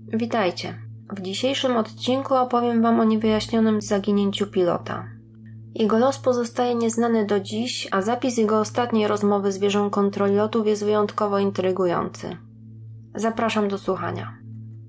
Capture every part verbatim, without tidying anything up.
Witajcie. W dzisiejszym odcinku opowiem Wam o niewyjaśnionym zaginięciu pilota. Jego los pozostaje nieznany do dziś, a zapis jego ostatniej rozmowy z wieżą kontroli lotów jest wyjątkowo intrygujący. Zapraszam do słuchania.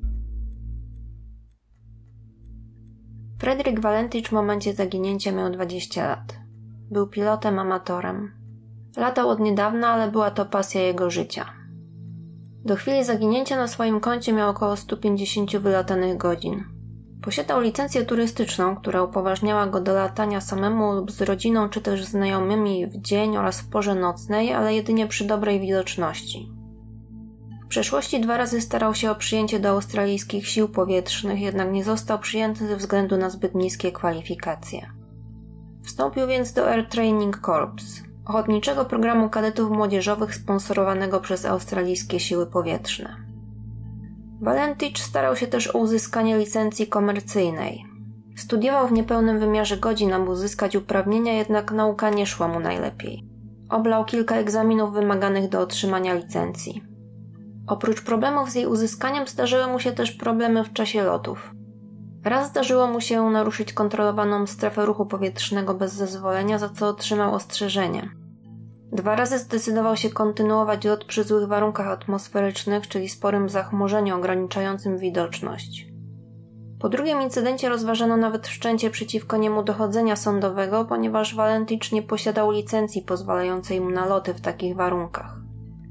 Frederick Valentich w momencie zaginięcia miał dwadzieścia lat. Był pilotem amatorem. Latał od niedawna, ale była to pasja jego życia. Do chwili zaginięcia na swoim koncie miał około sto pięćdziesiąt wylatanych godzin. Posiadał licencję turystyczną, która upoważniała go do latania samemu lub z rodziną czy też znajomymi w dzień oraz w porze nocnej, ale jedynie przy dobrej widoczności. W przeszłości dwa razy starał się o przyjęcie do australijskich sił powietrznych, jednak nie został przyjęty ze względu na zbyt niskie kwalifikacje. Wstąpił więc do Air Training Corps, ochotniczego programu kadetów młodzieżowych sponsorowanego przez australijskie siły powietrzne. Valentich starał się też o uzyskanie licencji komercyjnej. Studiował w niepełnym wymiarze godzin, aby uzyskać uprawnienia, jednak nauka nie szła mu najlepiej. Oblał kilka egzaminów wymaganych do otrzymania licencji. Oprócz problemów z jej uzyskaniem zdarzyły mu się też problemy w czasie lotów. Raz zdarzyło mu się naruszyć kontrolowaną strefę ruchu powietrznego bez zezwolenia, za co otrzymał ostrzeżenie. Dwa razy zdecydował się kontynuować lot przy złych warunkach atmosferycznych, czyli sporym zachmurzeniu ograniczającym widoczność. Po drugim incydencie rozważano nawet wszczęcie przeciwko niemu dochodzenia sądowego, ponieważ Valentich nie posiadał licencji pozwalającej mu na loty w takich warunkach.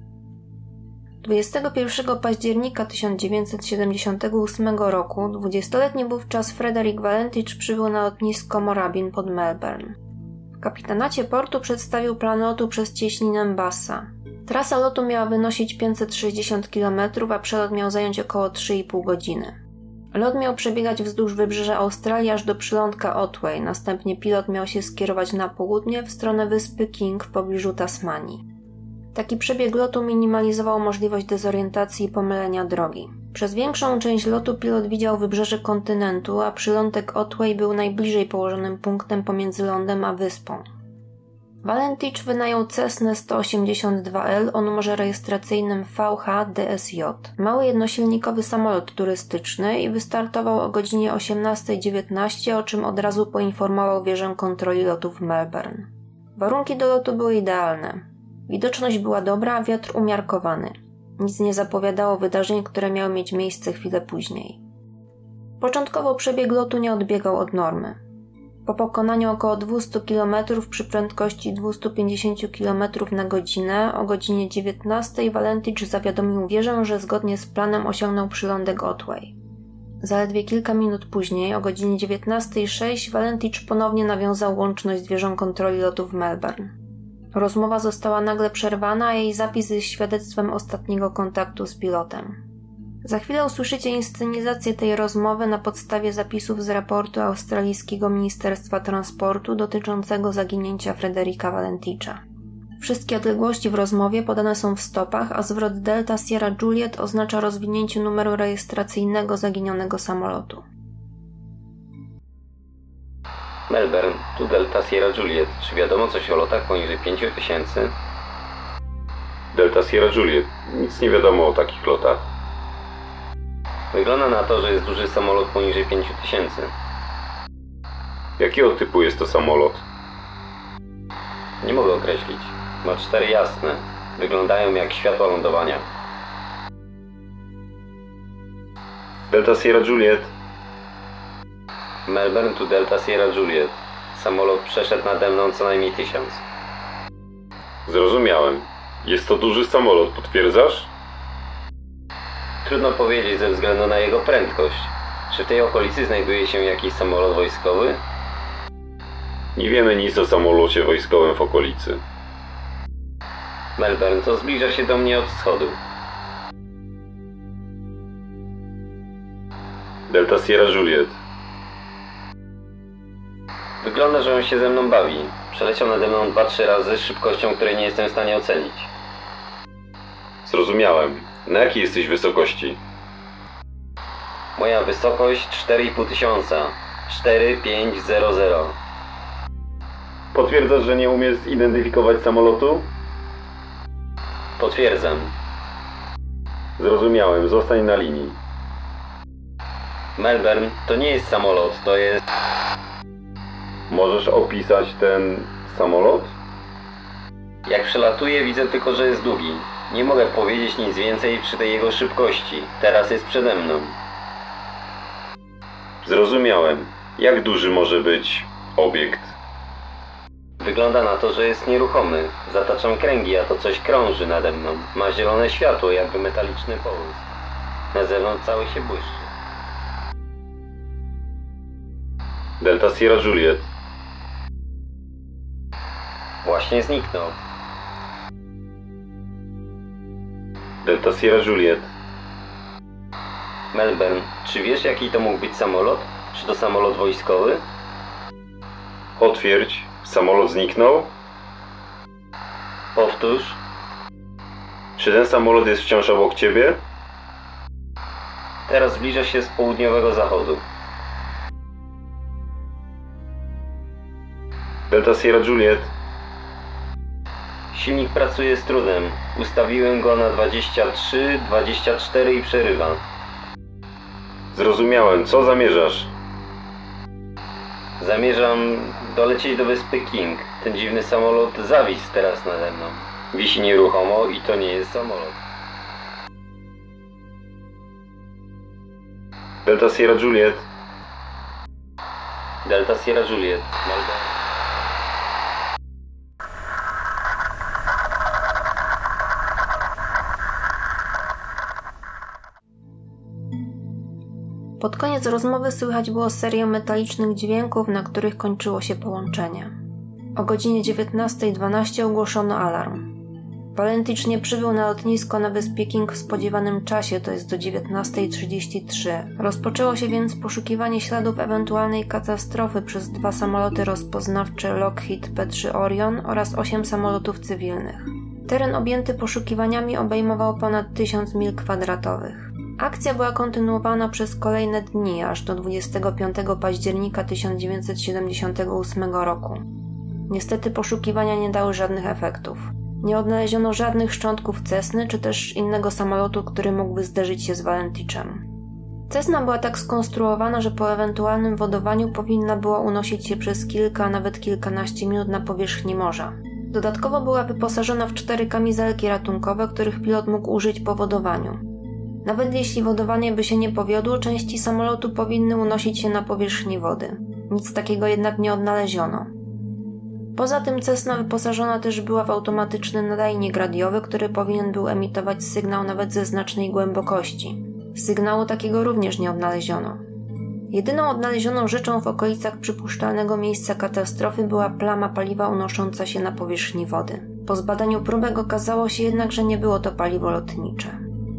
dwudziestego pierwszego października tysiąc dziewięćset siedemdziesiątego ósmego roku dwudziestoletni wówczas Frederick Valentich przybył na lotnisko Moorabbin pod Melbourne. W kapitanacie portu przedstawił plan lotu przez cieśninę Bassa. Trasa lotu miała wynosić pięćset sześćdziesiąt kilometrów, a przelot miał zająć około trzy i pół godziny. Lot miał przebiegać wzdłuż wybrzeża Australii aż do przylądka Otway, następnie pilot miał się skierować na południe w stronę wyspy King w pobliżu Tasmanii. Taki przebieg lotu minimalizował możliwość dezorientacji i pomylenia drogi. Przez większą część lotu pilot widział wybrzeże kontynentu, a przylądek Otway był najbliżej położonym punktem pomiędzy lądem a wyspą. Valentich wynajął Cessnę sto osiemdziesiąt dwa L o numerze rejestracyjnym V H D S J, mały jednosilnikowy samolot turystyczny, i wystartował o godzinie osiemnasta dziewiętnaście, o czym od razu poinformował wieżę kontroli lotów w Melbourne. Warunki do lotu były idealne. Widoczność była dobra, a wiatr umiarkowany. Nic nie zapowiadało wydarzeń, które miały mieć miejsce chwilę później. Początkowo przebieg lotu nie odbiegał od normy. Po pokonaniu około dwieście kilometrów przy prędkości dwieście pięćdziesiąt kilometrów na godzinę o godzinie dziewiętnastej Valentich zawiadomił wieżę, że zgodnie z planem osiągnął przylądek Otway. Zaledwie kilka minut później, o godzinie dziewiętnasta sześć, Valentich ponownie nawiązał łączność z wieżą kontroli lotów w Melbourne. Rozmowa została nagle przerwana, a jej zapis jest świadectwem ostatniego kontaktu z pilotem. Za chwilę usłyszycie inscenizację tej rozmowy na podstawie zapisów z raportu australijskiego Ministerstwa Transportu dotyczącego zaginięcia Fredericka Valenticha. Wszystkie odległości w rozmowie podane są w stopach, a zwrot Delta Sierra Juliet oznacza rozwinięcie numeru rejestracyjnego zaginionego samolotu. Melbourne, tu Delta Sierra Juliet. Czy wiadomo coś o lotach poniżej pięć tysięcy? Delta Sierra Juliet. Nic nie wiadomo o takich lotach. Wygląda na to, że jest duży samolot poniżej pięć tysięcy. Jakiego typu jest to samolot? Nie mogę określić. Ma cztery jasne. Wyglądają jak światła lądowania. Delta Sierra Juliet. Melbourne to Delta Sierra Juliet. Samolot przeszedł nade mną co najmniej tysiąc. Zrozumiałem. Jest to duży samolot, potwierdzasz? Trudno powiedzieć ze względu na jego prędkość. Czy w tej okolicy znajduje się jakiś samolot wojskowy? Nie wiemy nic o samolocie wojskowym w okolicy. Melbourne to zbliża się do mnie od wschodu. Delta Sierra Juliet. Wygląda, że on się ze mną bawi. Przeleciał nade mną dwa trzy razy z szybkością, której nie jestem w stanie ocenić. Zrozumiałem. Na jakiej jesteś wysokości? Moja wysokość cztery i pół tysiąca. cztery pięć zero zero. Potwierdzasz, że nie umiesz zidentyfikować samolotu? Potwierdzam. Zrozumiałem, zostań na linii. Melbourne to nie jest samolot, to jest... Możesz opisać ten samolot? Jak przelatuje, widzę tylko, że jest długi. Nie mogę powiedzieć nic więcej przy tej jego szybkości. Teraz jest przede mną. Zrozumiałem. Jak duży może być obiekt? Wygląda na to, że jest nieruchomy. Zataczam kręgi, a to coś krąży nade mną. Ma zielone światło, jakby metaliczny połysk. Na zewnątrz cały się błyszczy. Delta Sierra Juliet. Właśnie zniknął. Delta Sierra Juliet. Melbourne, czy wiesz, jaki to mógł być samolot? Czy to samolot wojskowy? Potwierdź. Samolot zniknął? Powtórz. Czy ten samolot jest wciąż obok ciebie? Teraz zbliża się z południowego zachodu. Delta Sierra Juliet. Silnik pracuje z trudem. Ustawiłem go na dwadzieścia trzy, dwadzieścia cztery i przerywa. Zrozumiałem. Co zamierzasz? Zamierzam dolecieć do wyspy King. Ten dziwny samolot zawisł teraz nade mną. Wisi nieruchomo i to nie jest samolot. Delta Sierra Juliet. Delta Sierra Juliet. Melbourne. Pod koniec rozmowy słychać było serię metalicznych dźwięków, na których kończyło się połączenie. O godzinie dziewiętnastej dwanaście ogłoszono alarm. Valentich nie przybył na lotnisko na wyspie King w spodziewanym czasie, to jest do dziewiętnastej trzydzieści trzy. Rozpoczęło się więc poszukiwanie śladów ewentualnej katastrofy przez dwa samoloty rozpoznawcze Lockheed P trzy Orion oraz osiem samolotów cywilnych. Teren objęty poszukiwaniami obejmował ponad tysiąc mil kwadratowych. Akcja była kontynuowana przez kolejne dni, aż do dwudziestego piątego października tysiąc dziewięćset siedemdziesiątego ósmego roku. Niestety poszukiwania nie dały żadnych efektów. Nie odnaleziono żadnych szczątków Cessny, czy też innego samolotu, który mógłby zderzyć się z Valentichem. Cessna była tak skonstruowana, że po ewentualnym wodowaniu powinna była unosić się przez kilka, a nawet kilkanaście minut na powierzchni morza. Dodatkowo była wyposażona w cztery kamizelki ratunkowe, których pilot mógł użyć po wodowaniu. Nawet jeśli wodowanie by się nie powiodło, części samolotu powinny unosić się na powierzchni wody. Nic takiego jednak nie odnaleziono. Poza tym Cessna wyposażona też była w automatyczny nadajnik radiowy, który powinien był emitować sygnał nawet ze znacznej głębokości. Sygnału takiego również nie odnaleziono. Jedyną odnalezioną rzeczą w okolicach przypuszczalnego miejsca katastrofy była plama paliwa unosząca się na powierzchni wody. Po zbadaniu próbek okazało się jednak, że nie było to paliwo lotnicze.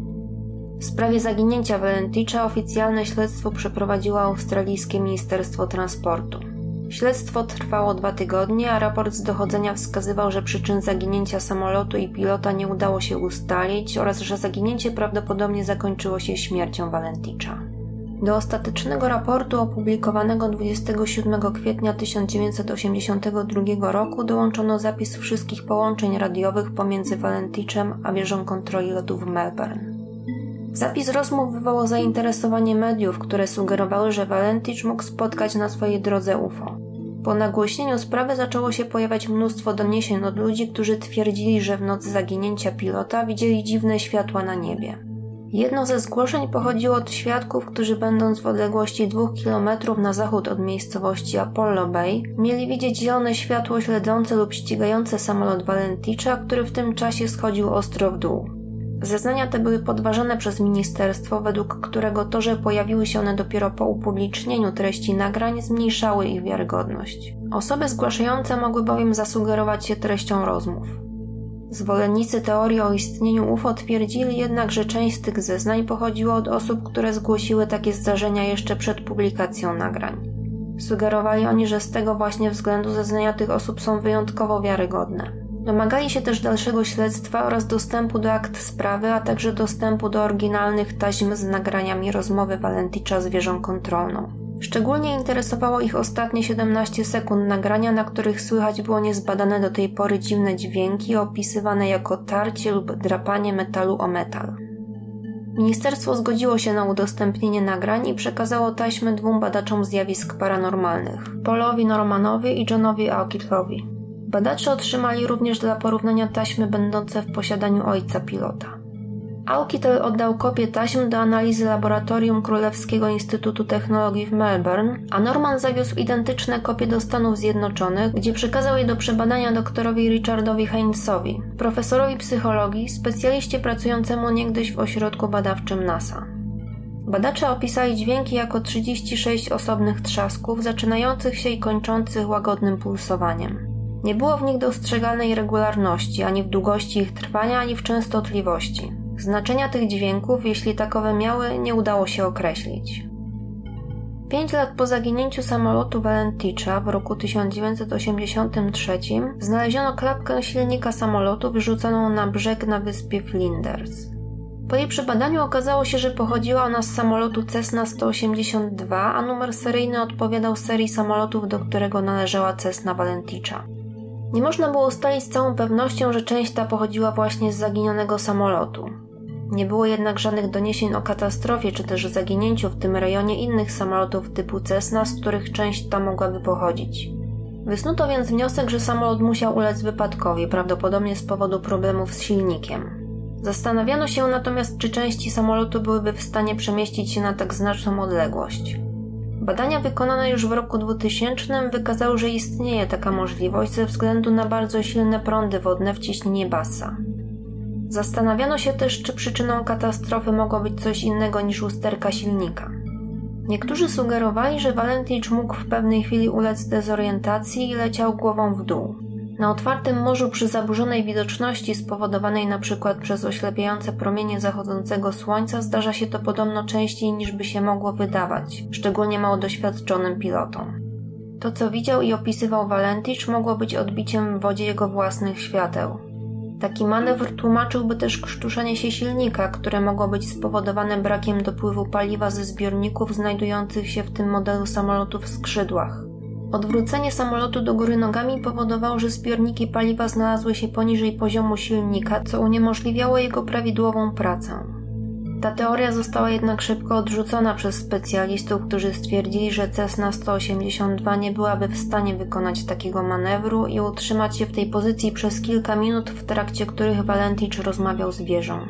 W sprawie zaginięcia Valenticha oficjalne śledztwo przeprowadziło australijskie Ministerstwo Transportu. Śledztwo trwało dwa tygodnie, a raport z dochodzenia wskazywał, że przyczyn zaginięcia samolotu i pilota nie udało się ustalić oraz że zaginięcie prawdopodobnie zakończyło się śmiercią Valenticha. Do ostatecznego raportu opublikowanego dwudziestego siódmego kwietnia tysiąc dziewięćset osiemdziesiątego drugiego roku dołączono zapis wszystkich połączeń radiowych pomiędzy Valentichem a wieżą kontroli lotu w Melbourne. Zapis rozmów wywołał zainteresowanie mediów, które sugerowały, że Valentich mógł spotkać na swojej drodze U F O. Po nagłośnieniu sprawy zaczęło się pojawiać mnóstwo doniesień od ludzi, którzy twierdzili, że w noc zaginięcia pilota widzieli dziwne światła na niebie. Jedno ze zgłoszeń pochodziło od świadków, którzy będąc w odległości dwóch kilometrów na zachód od miejscowości Apollo Bay, mieli widzieć zielone światło śledzące lub ścigające samolot Valenticha, który w tym czasie schodził ostro w dół. Zeznania te były podważane przez ministerstwo, według którego to, że pojawiły się one dopiero po upublicznieniu treści nagrań, zmniejszały ich wiarygodność. Osoby zgłaszające mogły bowiem zasugerować się treścią rozmów. Zwolennicy teorii o istnieniu U F O twierdzili jednak, że część z tych zeznań pochodziła od osób, które zgłosiły takie zdarzenia jeszcze przed publikacją nagrań. Sugerowali oni, że z tego właśnie względu zeznania tych osób są wyjątkowo wiarygodne. Domagali się też dalszego śledztwa oraz dostępu do akt sprawy, a także dostępu do oryginalnych taśm z nagraniami rozmowy Valenticha z wieżą kontrolną. Szczególnie interesowało ich ostatnie siedemnaście sekund nagrania, na których słychać było niezbadane do tej pory dziwne dźwięki opisywane jako tarcie lub drapanie metalu o metal. Ministerstwo zgodziło się na udostępnienie nagrań i przekazało taśmy dwóm badaczom zjawisk paranormalnych, Paulowi Normanowi i Johnowi Auchittelowi. Badacze otrzymali również dla porównania taśmy będące w posiadaniu ojca pilota. Auchittel oddał kopię taśm do analizy laboratorium Królewskiego Instytutu Technologii w Melbourne, a Norman zawiózł identyczne kopie do Stanów Zjednoczonych, gdzie przekazał je do przebadania doktorowi Richardowi Heinzowi, profesorowi psychologii, specjaliście pracującemu niegdyś w ośrodku badawczym NASA. Badacze opisali dźwięki jako trzydzieści sześć osobnych trzasków, zaczynających się i kończących łagodnym pulsowaniem. Nie było w nich dostrzegalnej regularności, ani w długości ich trwania, ani w częstotliwości. Znaczenia tych dźwięków, jeśli takowe miały, nie udało się określić. Pięć lat po zaginięciu samolotu Valenticha w roku tysiąc dziewięćset osiemdziesiątym trzecim znaleziono klapkę silnika samolotu wyrzuconą na brzeg na wyspie Flinders. Po jej przebadaniu okazało się, że pochodziła ona z samolotu Cessna sto osiemdziesiąt dwa, a numer seryjny odpowiadał serii samolotów, do którego należała Cessna Valenticha. Nie można było ustalić z całą pewnością, że część ta pochodziła właśnie z zaginionego samolotu. Nie było jednak żadnych doniesień o katastrofie czy też zaginięciu w tym rejonie innych samolotów typu Cessna, z których część ta mogłaby pochodzić. Wysnuto więc wniosek, że samolot musiał ulec wypadkowi, prawdopodobnie z powodu problemów z silnikiem. Zastanawiano się natomiast, czy części samolotu byłyby w stanie przemieścić się na tak znaczną odległość. Badania wykonane już w roku dwutysięcznym wykazały, że istnieje taka możliwość ze względu na bardzo silne prądy wodne w ciśnienie Bassa. Zastanawiano się też, czy przyczyną katastrofy mogło być coś innego niż usterka silnika. Niektórzy sugerowali, że Valentich mógł w pewnej chwili ulec dezorientacji i leciał głową w dół. Na otwartym morzu przy zaburzonej widoczności spowodowanej np. przez oślepiające promienie zachodzącego słońca zdarza się to podobno częściej niż by się mogło wydawać, szczególnie mało doświadczonym pilotom. To, co widział i opisywał Valentich, mogło być odbiciem w wodzie jego własnych świateł. Taki manewr tłumaczyłby też krztuszenie się silnika, które mogło być spowodowane brakiem dopływu paliwa ze zbiorników znajdujących się w tym modelu samolotu w skrzydłach. Odwrócenie samolotu do góry nogami powodowało, że zbiorniki paliwa znalazły się poniżej poziomu silnika, co uniemożliwiało jego prawidłową pracę. Ta teoria została jednak szybko odrzucona przez specjalistów, którzy stwierdzili, że Cessna sto osiemdziesiąt dwa nie byłaby w stanie wykonać takiego manewru i utrzymać się w tej pozycji przez kilka minut, w trakcie których Valentich rozmawiał z wieżą.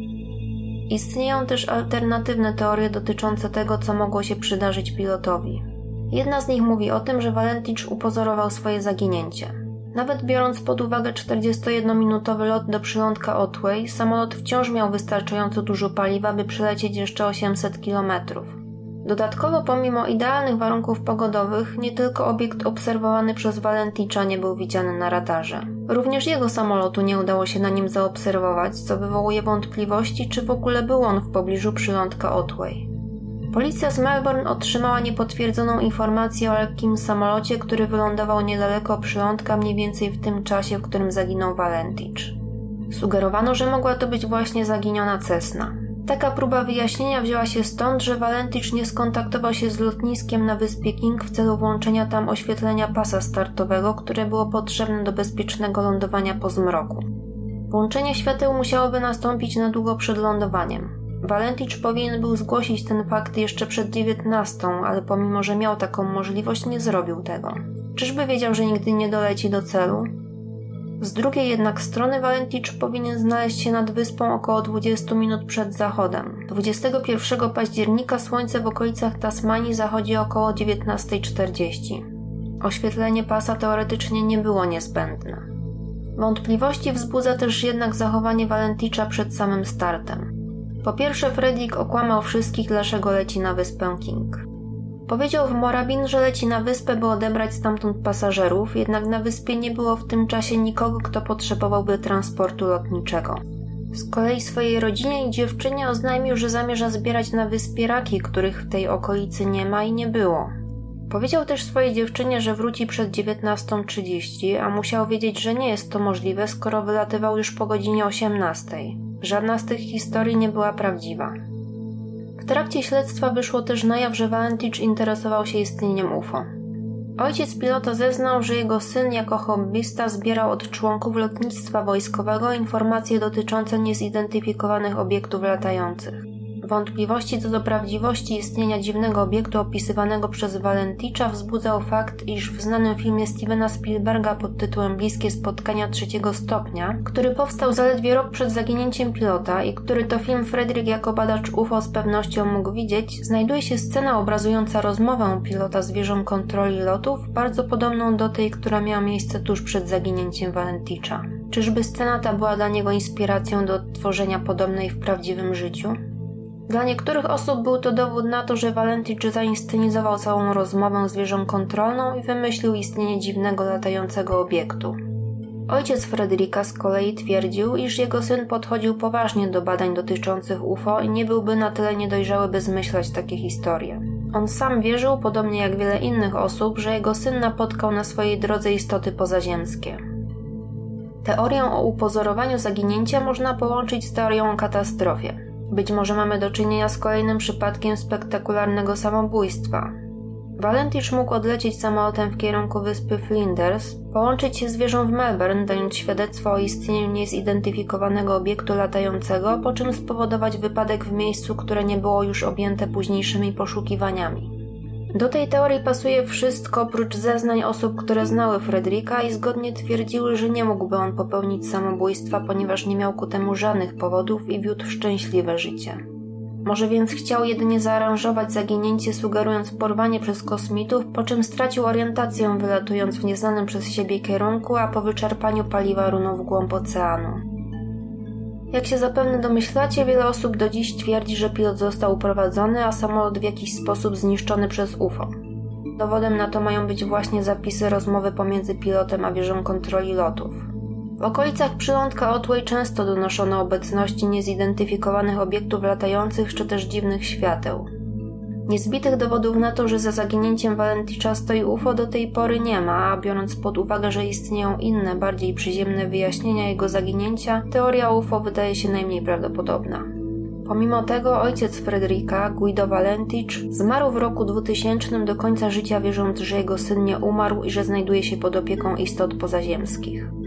Istnieją też alternatywne teorie dotyczące tego, co mogło się przydarzyć pilotowi. Jedna z nich mówi o tym, że Valentich upozorował swoje zaginięcie. Nawet biorąc pod uwagę czterdziestojednominutowy lot do przylądka Otway, samolot wciąż miał wystarczająco dużo paliwa, by przelecieć jeszcze osiemset kilometrów. Dodatkowo, pomimo idealnych warunków pogodowych, nie tylko obiekt obserwowany przez Valenticha nie był widziany na radarze. Również jego samolotu nie udało się na nim zaobserwować, co wywołuje wątpliwości, czy w ogóle był on w pobliżu przylądka Otway. Policja z Melbourne otrzymała niepotwierdzoną informację o lekkim samolocie, który wylądował niedaleko przylądka mniej więcej w tym czasie, w którym zaginął Valentich. Sugerowano, że mogła to być właśnie zaginiona Cessna. Taka próba wyjaśnienia wzięła się stąd, że Valentich nie skontaktował się z lotniskiem na wyspie King w celu włączenia tam oświetlenia pasa startowego, które było potrzebne do bezpiecznego lądowania po zmroku. Włączenie świateł musiałoby nastąpić na długo przed lądowaniem. Valentich powinien był zgłosić ten fakt jeszcze przed dziewiętnastą, ale pomimo, że miał taką możliwość, nie zrobił tego. Czyżby wiedział, że nigdy nie doleci do celu? Z drugiej jednak strony Valentich powinien znaleźć się nad wyspą około dwadzieścia minut przed zachodem. dwudziestego pierwszego października słońce w okolicach Tasmanii zachodzi około dziewiętnasta czterdzieści. Oświetlenie pasa teoretycznie nie było niezbędne. Wątpliwości wzbudza też jednak zachowanie Valenticha przed samym startem. Po pierwsze, Fredrik okłamał wszystkich, dlaczego leci na wyspę King. Powiedział w Moorabbin, że leci na wyspę, by odebrać stamtąd pasażerów, jednak na wyspie nie było w tym czasie nikogo, kto potrzebowałby transportu lotniczego. Z kolei swojej rodzinie i dziewczynie oznajmił, że zamierza zbierać na wyspie raki, których w tej okolicy nie ma i nie było. Powiedział też swojej dziewczynie, że wróci przed dziewiętnasta trzydzieści, a musiał wiedzieć, że nie jest to możliwe, skoro wylatywał już po godzinie osiemnastej. Żadna z tych historii nie była prawdziwa. W trakcie śledztwa wyszło też na jaw, że Valentich interesował się istnieniem U F O. Ojciec pilota zeznał, że jego syn jako hobbysta zbierał od członków lotnictwa wojskowego informacje dotyczące niezidentyfikowanych obiektów latających. Wątpliwości co do prawdziwości istnienia dziwnego obiektu opisywanego przez Valenticza wzbudzał fakt, iż w znanym filmie Stevena Spielberga pod tytułem Bliskie spotkania trzeciego stopnia, który powstał zaledwie rok przed zaginięciem pilota i który to film Frederick jako badacz U F O z pewnością mógł widzieć, znajduje się scena obrazująca rozmowę pilota z wieżą kontroli lotów, bardzo podobną do tej, która miała miejsce tuż przed zaginięciem Valenticza. Czyżby scena ta była dla niego inspiracją do odtworzenia podobnej w prawdziwym życiu? Dla niektórych osób był to dowód na to, że Valentich zainscenizował całą rozmowę z wieżą kontrolną i wymyślił istnienie dziwnego latającego obiektu. Ojciec Fredericka z kolei twierdził, iż jego syn podchodził poważnie do badań dotyczących U F O i nie byłby na tyle niedojrzały, by zmyślać takie historie. On sam wierzył, podobnie jak wiele innych osób, że jego syn napotkał na swojej drodze istoty pozaziemskie. Teorię o upozorowaniu zaginięcia można połączyć z teorią o katastrofie. Być może mamy do czynienia z kolejnym przypadkiem spektakularnego samobójstwa. Valentich mógł odlecieć samolotem w kierunku wyspy Flinders, połączyć się z wieżą w Melbourne, dając świadectwo o istnieniu niezidentyfikowanego obiektu latającego, po czym spowodować wypadek w miejscu, które nie było już objęte późniejszymi poszukiwaniami. Do tej teorii pasuje wszystko oprócz zeznań osób, które znały Fredericka i zgodnie twierdziły, że nie mógłby on popełnić samobójstwa, ponieważ nie miał ku temu żadnych powodów i wiódł szczęśliwe życie. Może więc chciał jedynie zaaranżować zaginięcie, sugerując porwanie przez kosmitów, po czym stracił orientację, wylatując w nieznanym przez siebie kierunku, a po wyczerpaniu paliwa runął w głąb oceanu. Jak się zapewne domyślacie, wiele osób do dziś twierdzi, że pilot został uprowadzony, a samolot w jakiś sposób zniszczony przez U F O. Dowodem na to mają być właśnie zapisy rozmowy pomiędzy pilotem a wieżą kontroli lotów. W okolicach przylądka Otway często donoszono obecności niezidentyfikowanych obiektów latających czy też dziwnych świateł. Niezbitych dowodów na to, że za zaginięciem Valenticha stoi U F O do tej pory nie ma, a biorąc pod uwagę, że istnieją inne, bardziej przyziemne wyjaśnienia jego zaginięcia, teoria U F O wydaje się najmniej prawdopodobna. Pomimo tego ojciec Fredericka, Guido Valentich, zmarł w roku dwutysięcznym do końca życia, wierząc, że jego syn nie umarł i że znajduje się pod opieką istot pozaziemskich.